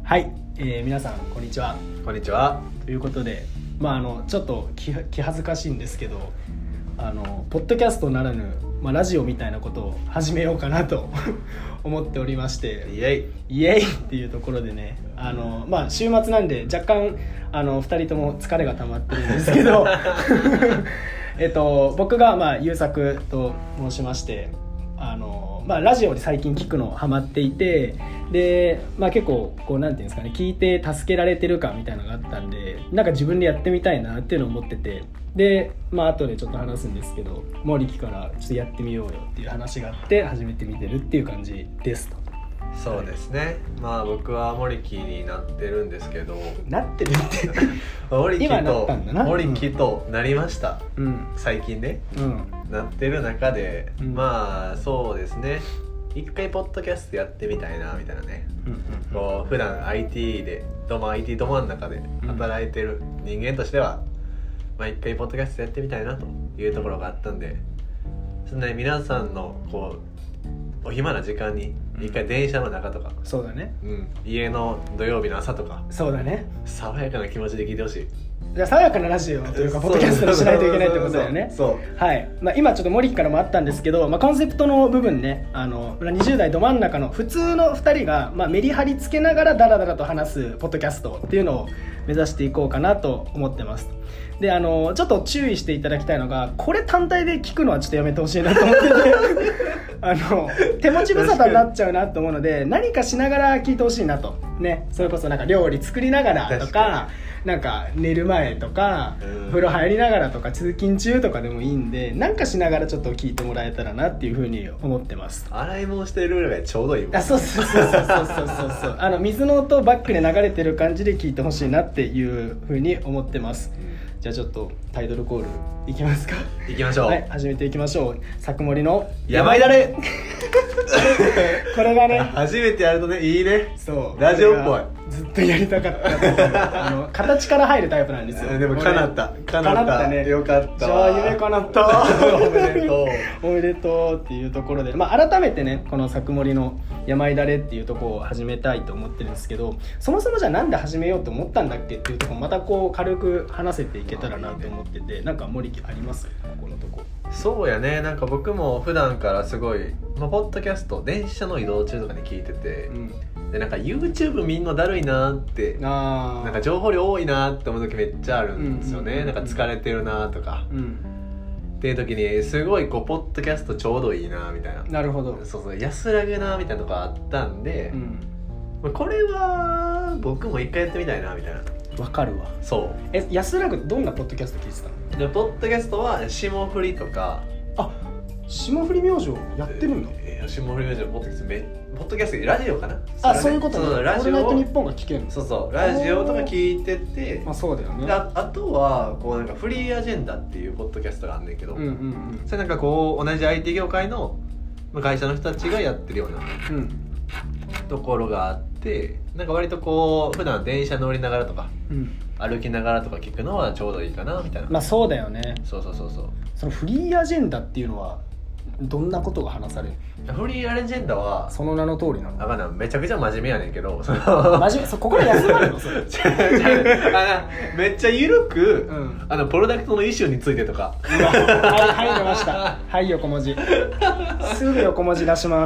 はい、皆さんこんにちは。 こんにちは。 ということで、ちょっと気恥ずかしいんですけど、ポッドキャストならぬ、ラジオみたいなことを始めようかなと思っておりまして、 イエイエイっていうところでね、週末なんで若干2人とも疲れが溜まってるんですけど僕が優作と申しまして、ラジオで最近聞くのハマっていて、で、結構こうなんていうんですかね、聞いて助けられてるかみたいなのがあったんで、なんか自分でやってみたいなっていうのを思ってて、で後でちょっと話すんですけど、森木からちょっとやってみようよっていう話があって始めてみてるっていう感じですと。 そうですね、僕は森木になってるんですけど、 なってるって今なったんだな。 森木となりました、最近ね、なってる中で、そうですね、一回ポッドキャストやってみたいなみたいなね、こう普段 IT ど真ん中で働いてる人間としては、一回ポッドキャストやってみたいなというところがあったんで、そのね、皆さんのこうお暇な時間に一回電車の中とか、 そうだね、 家の土曜日の朝とか、 そうだね、 爽やかな気持ちで聞いてほしい。 じゃあ爽やかなラジオというかポッドキャストにしないといけないってことだよね。はい、今ちょっと森木からもあったんですけど、コンセプトの部分ね、20代ど真ん中の普通の2人が、メリハリつけながらダラダラと話すポッドキャストっていうのを目指していこうかなと思ってます。でちょっと注意していただきたいのが、これ単体で聞くのはちょっとやめてほしいなと思ってて手持ち無沙汰になっちゃうなと思うので、何かしながら聞いてほしいなとね。それこそなんか料理作りながらとか、なんか寝る前とか、風呂入りながらとか、通勤中とかでもいいんで、なんかしながらちょっと聞いてもらえたらなっていうふうに思ってます。 洗い物してるぐらいちょうどいいもん。 そう水の音バックで流れてる感じで聞いてほしいなっていうふうに思ってます。じゃあちょっとタイトルコールいきますか。 いきましょう。 はい、始めていきましょう。作森の山いだれこれがね、 初めてやるとね、いいね。 そうラジオっぽい。 ずっとやりたかった形から入るタイプなんですよ。 でも叶ったね。よかった。 じゃあ夢叶ったおめでとうおめでとうっていうところで、改めてね、この作森の山いだれっていうところを始めたいと思ってるんですけど、そもそもじゃあなんで始めようと思ったんだっけっていうところまたこう軽く話せていけたらなと思ってて、なんか森木あります？このとこ。 そうやね、なんか僕も普段からすごい、ポッドキャスト電車の移動中とかに聞いてて、でなんか YouTube 見んのだるいなって、なんか情報量多いなって思う時めっちゃあるんですよね。なんか疲れてるなとか、っていう時にすごいこうポッドキャストちょうどいいなみたいな。 なるほど。 そう安らぐなみたいなとこあったんで、これは僕も一回やってみたいなみたいな。 わかるわ。 そう。 安らぐどんなポッドキャスト聞いてたの？ でポッドキャストは霜降りとか。 霜降り明星やってるんだ。 霜降り明星ポッドキャストラジオかな。 そういうことね。オールナイトニッポンが聞けるの。 そうラジオとか聞いてて、 そうだよね。 あとはこうなんかフリーアジェンダっていうポッドキャストがあんねんけど、それなんかこう同じ IT 業界の会社の人たちがやってるようなところがあって、なんか割とこう普段電車乗りながらとか、歩きながらとか聞くのはちょうどいいかなみたいな。 そうだよね。 そうそのフリーアジェンダっていうのはどんなことが話される？ フリーアジェンダはその名の通りなの。 めちゃくちゃ真面目やねんけど、 心休まるのそれめっちゃ緩く、プロダクトのイシューについてとか。 はい出ました。はい横文字すぐ横文字出します。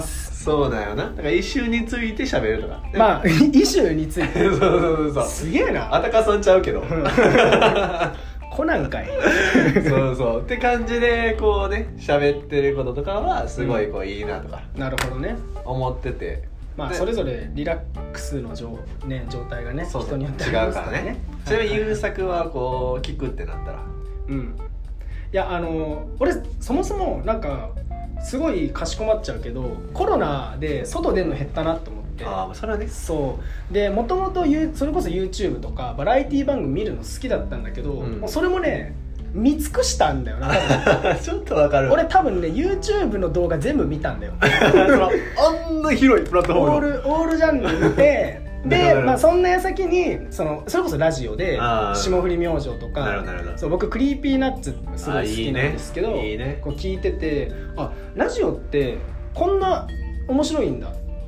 そうだよな。だからイシューについて喋るとか、 イシューについてそうすげえな。 あたかさんちゃうけどコナンかいそうって感じでこうね喋ってることとかはすごいこういいなとか、 なるほどね、 思ってて、 それぞれリラックスの状態がね、人によって違うからね。ちなみに優作はこう聞くってなったら、 いや俺そもそもなんかすごいかしこまっちゃうけど、コロナで外出るの減ったなと思って。 それはね。 そうで、もともとそれこそ YouTube とかバラエティ番組見るの好きだったんだけど、もうそれもね見尽くしたんだよなちょっとわかる。 俺多分ね YouTube の動画全部見たんだよあんな広いプラットフォームオールジャンル見てで、そんな矢先にそれこそラジオで霜降り明星とか、そう僕クリーピーナッツすごい好きなんですけど、こう聞いてて、ラジオってこんな面白いんだっ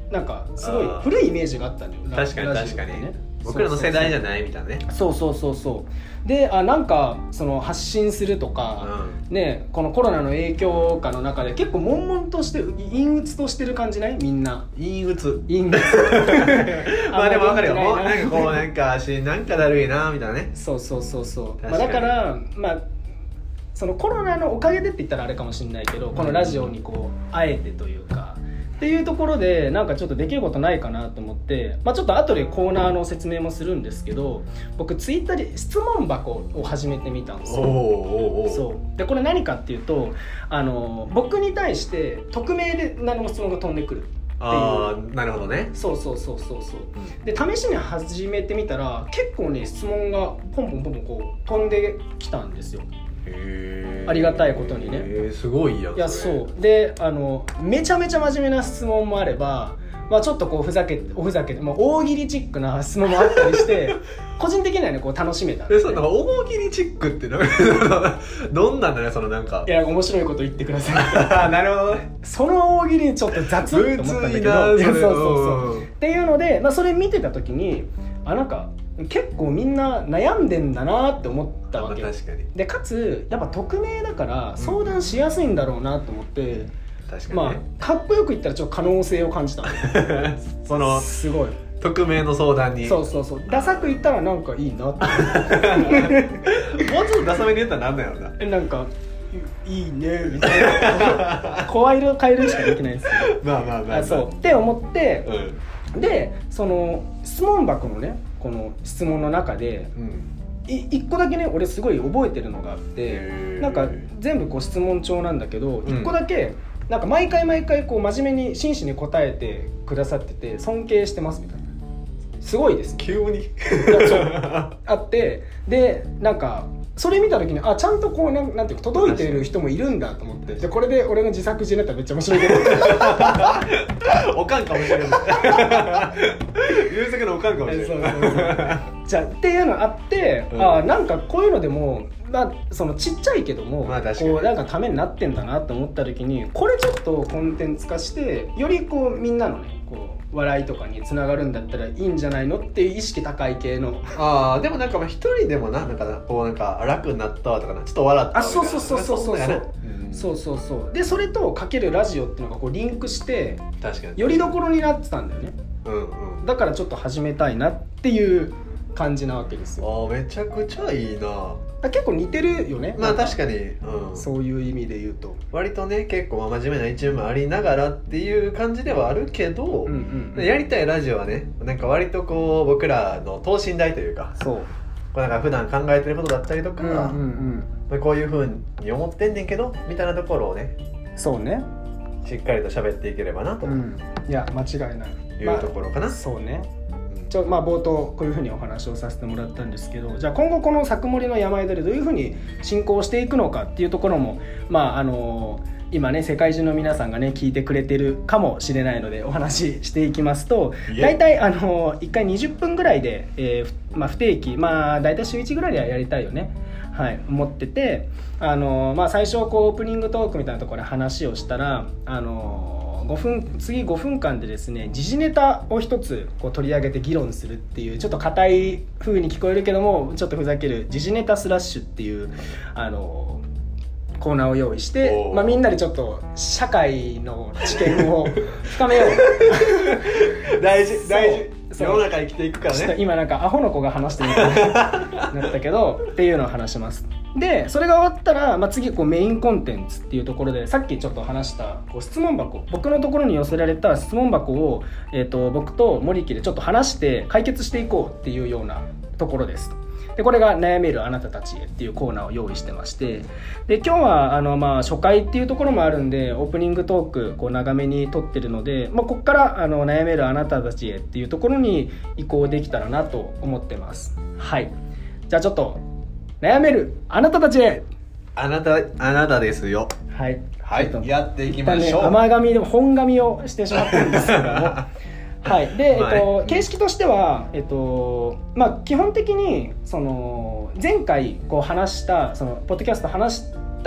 なんかすごい古いイメージがあったんだよ。 確かに確かに、僕らの世代じゃないみたいなね。 そうで、なんかその発信するとか、ね、このコロナの影響下の中で結構悶々として陰鬱としてる感じない？みんな陰鬱まあでも分かるよ。もうなんかこうなんかだるいなみたいなね。 そうまあ、だからまあそのコロナのおかげでって言ったらあれかもしれないけど、このラジオにこうあえてというかっていうところでなんかちょっとできることないかなと思って、まあ、ちょっと後でコーナーの説明もするんですけど、僕ツイッターで質問箱を始めてみたんですよ。そうでこれ何かっていうと僕に対して匿名で何も質問が飛んでくるっていう。 ああ、なるほどね。 そう、で試しに始めてみたら結構ね質問がポンポンこう飛んできたんですよ。ありがたいことにね。 すごいやん。 いやそうでめちゃめちゃ真面目な質問もあれば、まあ、ちょっとこうおふざけて、まあ、大喜利チックな質問もあったりして個人的にはねこう楽しめたんで、 そうなんか大喜利チックってどんなんだねそのなんか。 いや面白いこと言ってくださいなるほどね。 その大喜利ちょっと雑って思ったんだけど、そうっていうので、まあ、それ見てた時になんか結構みんな悩んでんだなって思ったわけ、 確かに。 でかつやっぱ匿名だから相談しやすいんだろうなと思って、 確かにね、 まあかっこよく言ったらちょっと可能性を感じたそのすごい匿名の相談に。 そうダサく言ったらなんかいいなってもうちょっとダサめに言ったらなんだよな。 なんかいいねみたいな声色変えるしかできないんですけどまあそうって思って、でその質問箱のねこの質問の中で、1個だけね俺すごい覚えてるのがあって、なんか全部こう質問帳なんだけど、1個だけなんか毎回こう真面目に真摯に答えてくださってて尊敬してますみたいな、すごいです、 急にあってでなんかそれ見た時にちゃんとこうなんていうか届いてる人もいるんだと思って、でこれで俺の自作自演だったらめっちゃ面白いけどおかんかもしれない優作のおかんかもしれないじゃあっていうのあって、なんかこういうのでも、まあ、そのちっちゃいけども、まあ、こうなんかためになってんだなと思った時にこれちょっとコンテンツ化してよりこうみんなのねこう笑いとかにつながるんだったらいいんじゃないのっていう意識高い系の。 でもなんか一人でもなんかこうなんか楽になったわとかちょっと笑ったわみたいな。 そうでそれとかけるラジオっていうのがこうリンクして確かによりどころになってたんだよね。だからちょっと始めたいなっていう感じなわけですよ。 めちゃくちゃいいな。 結構似てるよね。 まあ確かに、 そういう意味で言うと割とね結構真面目な一面もありながらっていう感じではあるけど、やりたいラジオはねなんか割とこう僕らの等身大というか、こうなんか普段考えてることだったりとか、こういう風に思ってんねんけどみたいなところをね、 そうねしっかりと喋っていければなと、 いや間違いないいうところかな。 そうね。まあ、冒頭こういうふうにお話をさせてもらったんですけど、じゃあ今後この作盛の山宿でどういうふうに進行していくのかっていうところも、まあ今ね世界中の皆さんがね聞いてくれてるかもしれないのでお話ししていきますと、大体1回20分ぐらいで、まあ、不定期、まあ大体週1ぐらいではやりたいよね、思ってて、まあ、最初こうオープニングトークみたいなところで話をしたら次5分間でですね時事ネタを一つこう取り上げて議論するっていうちょっと硬い風に聞こえるけどもちょっとふざける時事ネタスラッシュっていうコーナーを用意して、まあ、みんなでちょっと社会の知見を深めよう大事世の中生きていくからね。 今なんかアホの子が話してるみたいになったけどっていうのを話します。でそれが終わったら、まあ、次こうメインコンテンツっていうところでさっきちょっと話したこう質問箱、僕のところに寄せられた質問箱を、僕と森木でちょっと話して解決していこうっていうようなところです。でこれが悩めるあなたたちへっていうコーナーを用意してまして、で今日はまあ初回っていうところもあるんでオープニングトークこう長めに撮ってるので、まあ、ここから悩めるあなたたちへっていうところに移行できたらなと思ってます。はい、じゃあちょっと悩めるあなたたちへ、 あなたですよ。 はい、 やっていきましょう。 甘噛みでも本噛みをしてしまったんですけどもはいで形式としては、まあ、基本的にその前回こう話したそのポッドキャスト話した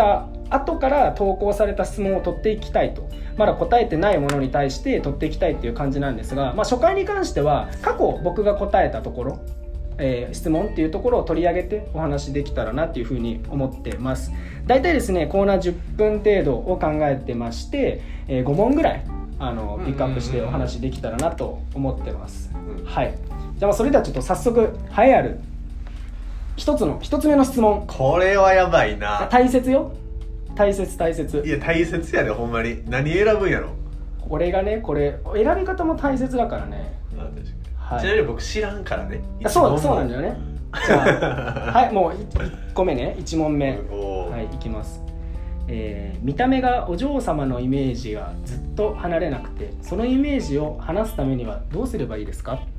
後から投稿された質問を取っていきたいと、まだ答えてないものに対して取っていきたいっていう感じなんですが、初回に関しては過去僕が答えたところ、質問っていうところを取り上げてお話できたらなっていうふうに思ってます。だいたいですねコーナー10分程度を考えてまして、5問ぐらいピックアップしてお話できたらなと思ってます、はい。じゃあそれではちょっと早速栄えある一つ目の質問。 これはやばいな。 大切よ。大切。 いや大切やで、ほんまに。何選ぶんやろ。 これがね、これ選び方も大切だからね。 確かに、はい、ちなみに僕知らんからね。 そうなんだよね。じゃあはい、もう1個目ね、1問目、はい、いきます。見た目がお嬢様のイメージがずっと離れなくて、そのイメージを話すためにはどうすればいいですか？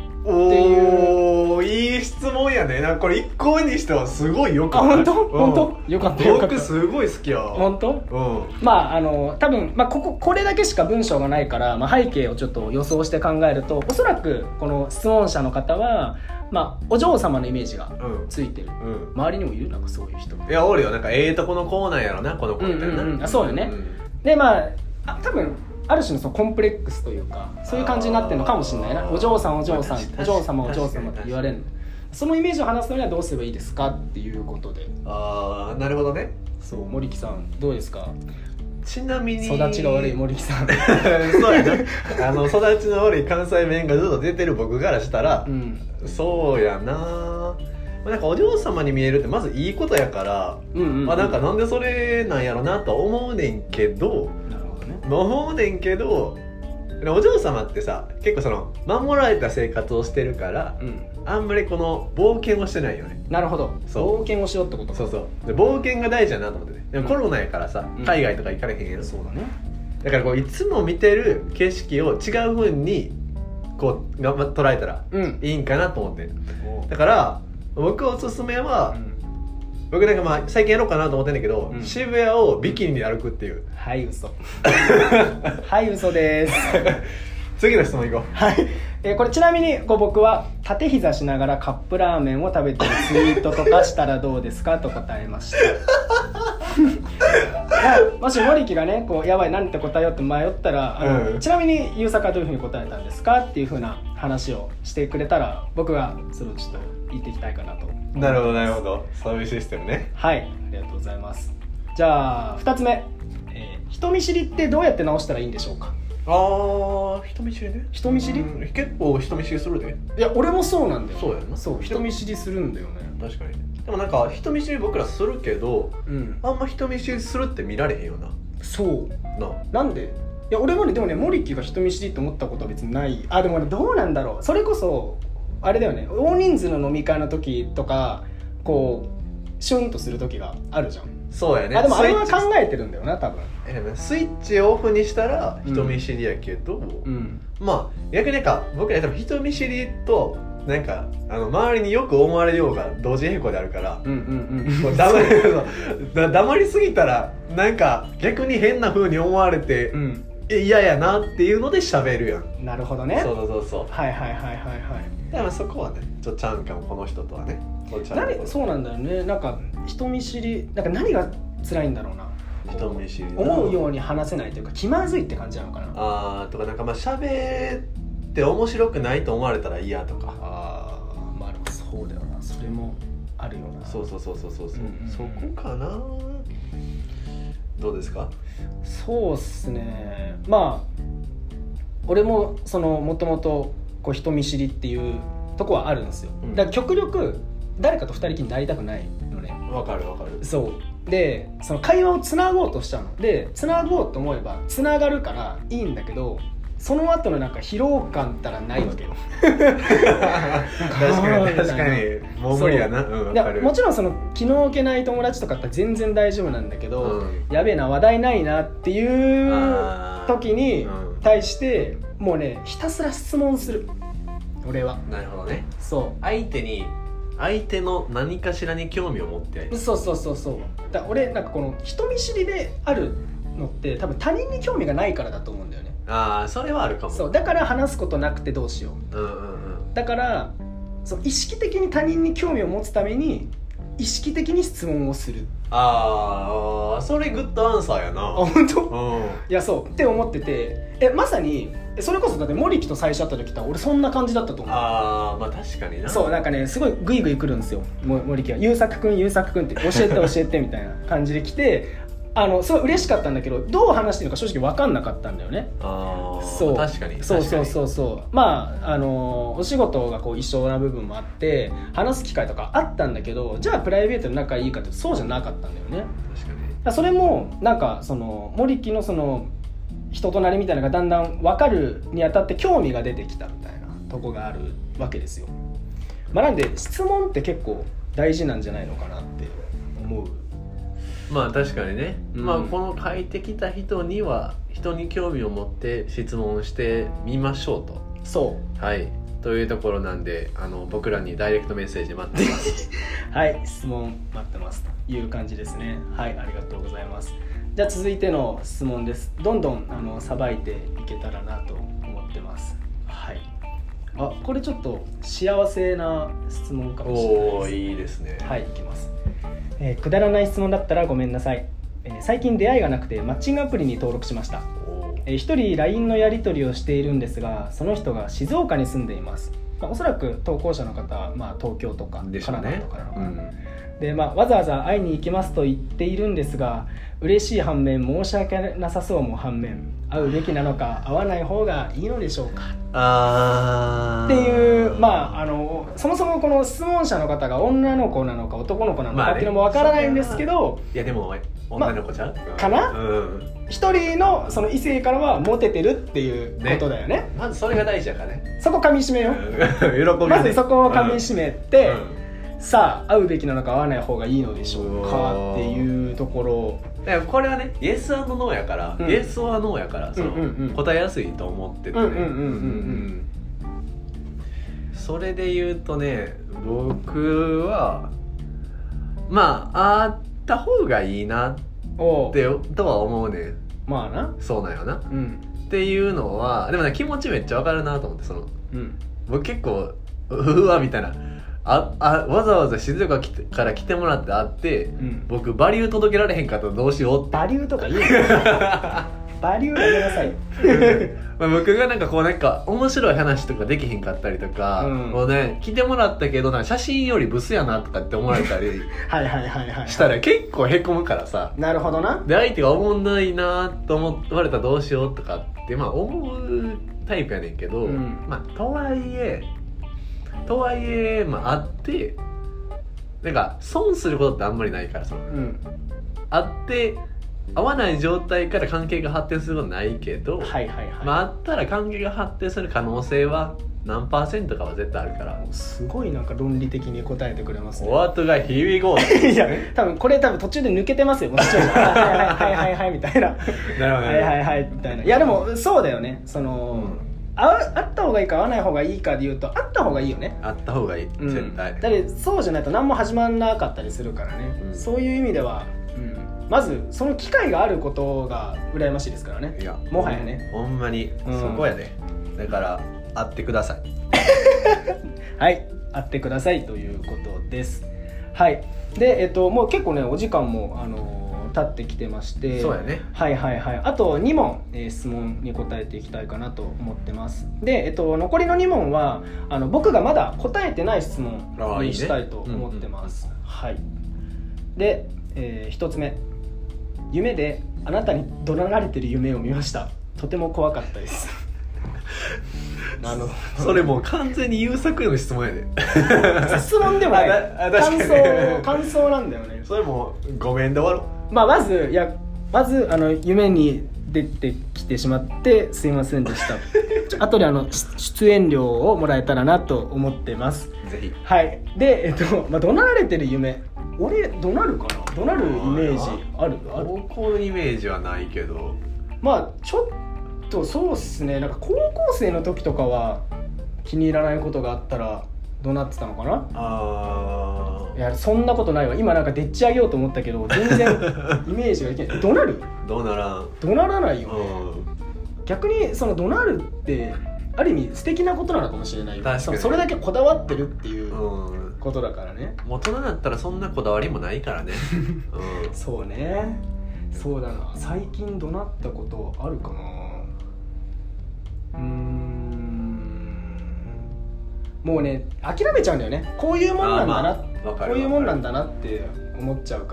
おー、いい質問やね。なんかこれ1個目にしてはすごいよかった。 本当よかった。 僕すごい好きや。 本当？多分、これだけしか文章がないから、背景をちょっと予想して考えると、おそらくこの質問者の方は、お嬢様のイメージがついてる、周りにもいるなんかそういう人。 いやおるよ。なんかとこのコーナーやろなこの子みたいな。 そうよね、で多分ある種のそのコンプレックスというか、そういう感じになってるのかもしれないな。お嬢さん、お嬢様って言われる。そのイメージを話すのにはどうすればいいですかっていうことで。 ああ、なるほどね。 そう、森木さんどうですか？ ちなみに育ちが悪い森木さんそうやな育ちの悪い関西弁がずっと出てる僕からしたら、そうやな。なんかお嬢様に見えるってまずいいことやから、なんでそれなんやろなと思うねんけど、思うねんけど、お嬢様ってさ結構その守られた生活をしてるから、あんまりこの冒険をしてないよね。 なるほど。冒険をしようってことか。 そうで冒険が大事だなと思ってね。でもコロナやからさ、海外とか行かれへんやん。 そうだね。 だからこういつも見てる景色を違う風にこう捉えたらいいんかなと思って、だから僕おすすめは、僕なんか最近やろうかなと思ってんだけど、渋谷をビキニで歩くっていう。 はい嘘はい嘘です次の質問いこう。 はい、これちなみに僕は縦膝しながらカップラーメンを食べてるツイートとかしたらどうですかと答えましたもし森木がねやばいなんて答えようって迷ったらちなみにゆうさかはどういうふうに答えたんですかっていうふうな話をしてくれたら、僕がそれをちょっと言っていきたいかなと。 なるほど。そういうシステムね。 はい、ありがとうございます。じゃあ2つ目、人見知りってどうやって直したらいいんでしょうか？ 人見知りね。 人見知り、 結構人見知りするで。 いや俺もそうなんだよ。 そうやな。 そう、人見知りするんだよね。 確かに。でもなんか人見知り僕らするけど、あんま人見知りするって見られへんよな。 そうなんで？いや俺もね、でもね、森木が人見知りって思ったことは別にない。でもね、どうなんだろう。それこそあれだよね、大人数の飲み会の時とかシュンとする時があるじゃん。 そうやね。 でもあれは考えてるんだよな多分。 スイッチオフにしたら人見知りやけど、逆に僕ら多分人見知りとなんか周りによく思われようが同時並行であるから、黙りすぎたらなんか逆に変な風に思われて、嫌やなっていうので喋るやん。 なるほどね。 そうはいでもそこはねちょっとちゃんかも、この人とはね。 そうなんだよね。なんか人見知り、なんか何が辛いんだろうな。 人見知り思うように話せないというか気まずいって感じなのかな。 とかなんか喋って面白くないと思われたら嫌とか。 そうだよな。それもあるよな。 そう、そこかな。どうですか？ そうっすね。俺ももともと人見知りっていうとこはあるんですよ。だから極力誰かと二人きりになりたくないのね。 わかる。 そうで、その会話をつなごうとしたので、つなごうと思えばつながるからいいんだけど、その後のなんか疲労感ったらないわけよ確かにもう無理やな。 もちろん昨日置けない友達とかって全然大丈夫なんだけど、やべえな話題ないなっていう時に対してもうね、ひたすら質問する俺は。 なるほどね。 そう相手の何かしらに興味を持って。 そうだから俺なんか人見知りであるのって多分他人に興味がないからだと思うんだよね。 それはあるかも。 そうだから話すことなくてどうしよう、だから意識的に他人に興味を持つために意識的に質問をする。 ああ、それグッドアンサーやな。 本当？いやそうって思ってて、まさにそれこそだって森木と最初会った時と俺そんな感じだったと思う。 ああ、まあ確かにな。 そうなんかねすごいグイグイ来るんですよ森木は。優作くんって教えてみたいな感じで来てすごい嬉しかったんだけどどう話していいのか正直分かんなかったんだよね。 ああ、 そう確かに。 そうまあお仕事がこう一緒な部分もあって話す機会とかあったんだけど、じゃあプライベートで仲いいかってそうじゃなかったんだよね。 確かに。 それもなんか森木の人となりみたいなのがだんだん分かるにあたって興味が出てきたみたいなとこがあるわけですよ。なんで質問って結構大事なんじゃないのかなって思う。 まあ確かにね、まあこの書いてきた人に興味を持って質問してみましょうと。 そうはいというところなんで僕らにダイレクトメッセージ待ってますはい質問待ってますという感じですね。はいありがとうございます。じゃあ続いての質問です。どんどんさばいていけたらなと思ってます。はい。これちょっと幸せな質問かもしれないです。 おーいいですね。 はいいきます。くだらない質問だったらごめんなさい。最近出会いがなくてマッチングアプリに登録しました。一人 LINE のやり取りをしているんですが、その人が静岡に住んでいます。おそらく投稿者の方は、東京とか神奈川とかなのかな。でわざわざ会いに行きますと言っているんですが、嬉しい反面申し訳なさそうも反面、会うべきなのか会わない方がいいのでしょうかっていう、そもそもこの質問者の方が女の子なのか男の子なのかっていうのもわからないんですけど、 いやでも女の子ちゃう、 かな、一人のその異性からはモテてるっていうことだよね。 まずそれが大事だからね。 そこ噛み締めようまずそこを噛み締めて、さあ会うべきなのか会わない方がいいのでしょうかっていうところ。 だからこれはねイエス&ノーやから、イエスはノーやから答えやすいと思っててね。それで言うとね、僕は会った方がいいなってとは思うね。 まあな。 そうなんよな、っていうのはでもね気持ちめっちゃわかるなと思って、僕結構うわみたいなわざわざ静岡から来てもらって会って、僕バリュー届けられへんかったらどうしようって。 バリューとか言うのバリューやめなさい僕がなんか面白い話とかできへんかったりとか、もうね来てもらったけど写真よりブスやなとかって思われたりしたら結構へこむからさ。 なるほどな。 で相手がおもんないなと思われたらどうしようとかって思うタイプやねんけど、とはいえ会ってなんか損することってあんまりないからさ、会って会わない状態から関係が発展することないけど、会ったら関係が発展する可能性は何%かは絶対あるから。 すごいなんか論理的に答えてくれますね。 お後が響こういや多分途中で抜けてますよ。はいみたいな。なるほど、はいみたいな。いやでもそうだよね。会った方がいいか会わない方がいいかで言うと会った方がいいよね。 会った方がいい、絶対。だってそうじゃないと何も始まんなかったりするからね、そういう意味では、まずその機会があることが羨ましいですからね。いやもはやね、 ほんまに、そこやね。だから会ってくださいはい会ってくださいということです。はいでもう結構ねお時間も経ってきてまして、 そうやね。 あと2問、質問に答えていきたいかなと思ってます。で、残りの2問は僕がまだ答えてない質問にしたいと思ってます。はい。で、1つ目、夢であなたに怒鳴られてる夢を見ました。とても怖かったですそれもう完全に優作への質問やで質問でもない感想なんだよね。 それもごめんで終わろう。 まず夢に出てきてしまってすいませんでした後で出演料をもらえたらなと思ってます。 ぜひ。 はいで怒鳴られてる夢、俺怒鳴るかな。怒鳴るイメージある？ 高校のイメージはないけど、 ちょっとそうっすね。なんか高校生の時とかは気に入らないことがあったら怒鳴ってたのかな。いやそんなことないわ。今なんかでっち上げようと思ったけど全然イメージがいけない。怒鳴る？ 怒鳴らないよね。逆に怒鳴るってある意味素敵なことなのかもしれないよ。それだけこだわってるっていうことだからね。 大人だったらそんなこだわりもないからね、 うん、そうね。そうだな。最近怒鳴ったことあるかな。もうね諦めちゃうんだよね。こういうもんなんだな、こういうもんなんだなって思っちゃうから。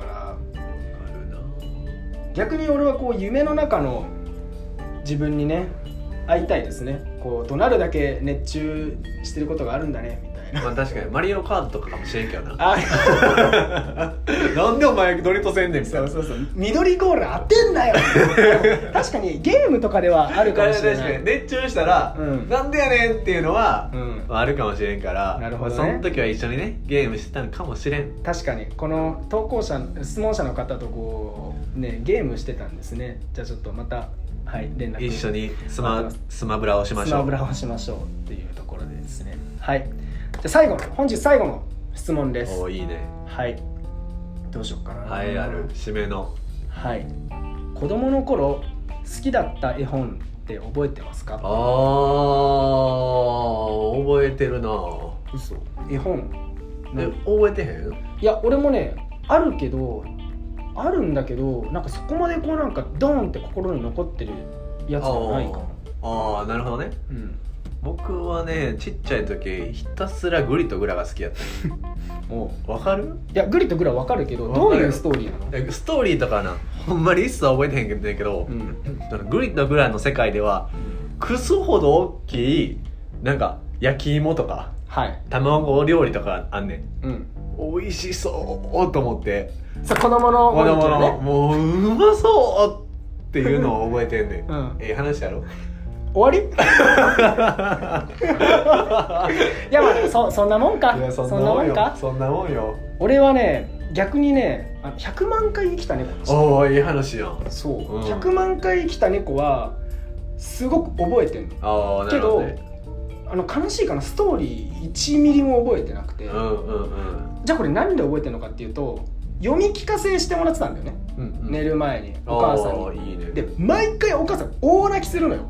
逆に俺はこう夢の中の自分にね会いたいですね。こう怒鳴るだけ熱中してることがあるんだねみたいな。 まあ確かにマリオカードとかかもしれんけどな。なんでお前ドリフトせんねんみたいな。 そう緑ゴール当てんなよ確かにゲームとかではあるかもしれない。 確かに熱中したら、なんでやねんっていうのは、あるかもしれんから。 なるほどね。 その時は一緒にねゲームしてたのかもしれん。 確かにこの質問者の方とこうねゲームしてたんですね。じゃあちょっとまた連絡一緒にスマブラをしましょう。 スマブラをしましょうっていうところでですね。はい。じゃあ本日最後の質問です。 おいいね。 はい。どうしようかな。 はいある締めの。 はい。子供の頃好きだった絵本って覚えてますか？ 覚えてるな。 嘘。絵本。 覚えてへん？ いや俺もねあるんだけどなんかそこまでこうなんかドーンって心に残ってるやつがないかも。 ああなるほどね。僕はねちっちゃい時ひたすらグリとグラが好きやったおわかる？いやグリとグラわかるけどどういうストーリーなの？ストーリーとかなほんまに一切覚えてへんけど、グリとグラの世界ではクソほど大きいなんか焼き芋とか、卵料理とかあんねん、美味しそうと思って子供のもううまそうっていうのを覚えてんねん、話やろ終わりいやまあそんなもんか。 そんなもんよ。 俺はね逆にね100万回生きた猫。 おおいい話やん。 そう、100万回生きた猫はすごく覚えてんの。けど悲しいかな、ストーリー1ミリも覚えてなくて、じゃあこれ何で覚えてるのかっていうと読み聞かせしてもらってたんだよね、寝る前にお母さんに。いいね。で毎回お母さん大泣きするのよ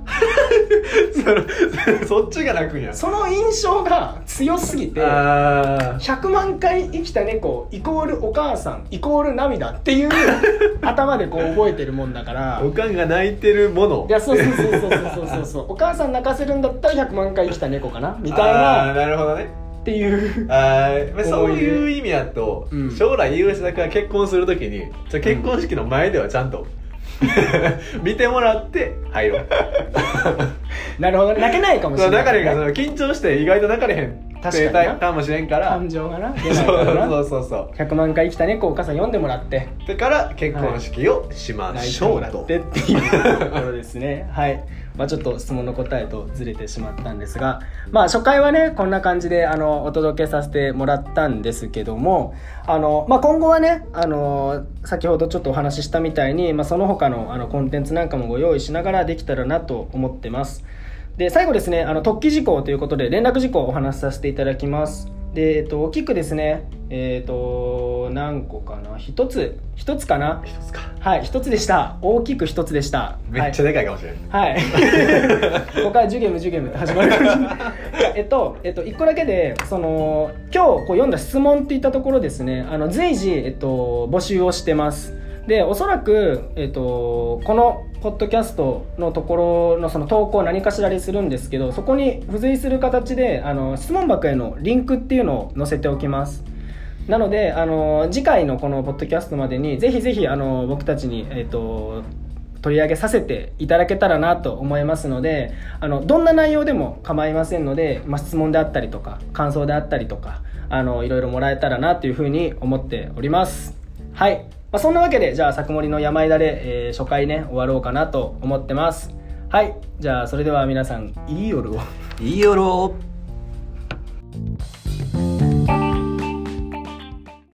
そっちが泣くんや。 その印象が強すぎて100万回生きた猫イコールお母さんイコール涙っていう頭でこう覚えてるもんだからおかんが泣いてるもの。 いやそうお母さん泣かせるんだったら100万回生きた猫かなみたいな。 なるほどねっていうそういう意味だと、将来優作が結婚するときに結婚式の前ではちゃんと、見てもらって入ろうなるほど、泣けないかもしれない、 泣かれへんから緊張して意外と泣かれへん生態かもしれんから感情がな出ないからな。 そう 100万回生きた猫をお母さん読んでもらってだから結婚式をしましょうと、 っていうところですね。はいちょっと質問の答えとずれてしまったんですが、初回はねこんな感じでお届けさせてもらったんですけども今後はね先ほどちょっとお話ししたみたいに、その他のコンテンツなんかもご用意しながらできたらなと思ってます。で最後ですね特記事項ということで連絡事項をお話しさせていただきます。で大きくですね何個かな1つかなはい1つでした。大きく1つでした。 めっちゃでかいかもしれない。 ここからジュゲムって始まる1個だけで今日こう読んだ質問っていったところですね随時、募集をしてます。でおそらく、このポッドキャストのところのその投稿を何かしらにするんですけどそこに付随する形で質問箱へのリンクっていうのを載せておきます。なので次回のこのポッドキャストまでにぜひ僕たちに、取り上げさせていただけたらなと思いますのでどんな内容でも構いませんので、質問であったりとか感想であったりとかいろいろもらえたらなというふうに思っております。はい、そんなわけでじゃあ作盛の山枝で、初回ね終わろうかなと思ってます。はい、じゃあそれでは皆さんいい夜を。 いい夜を。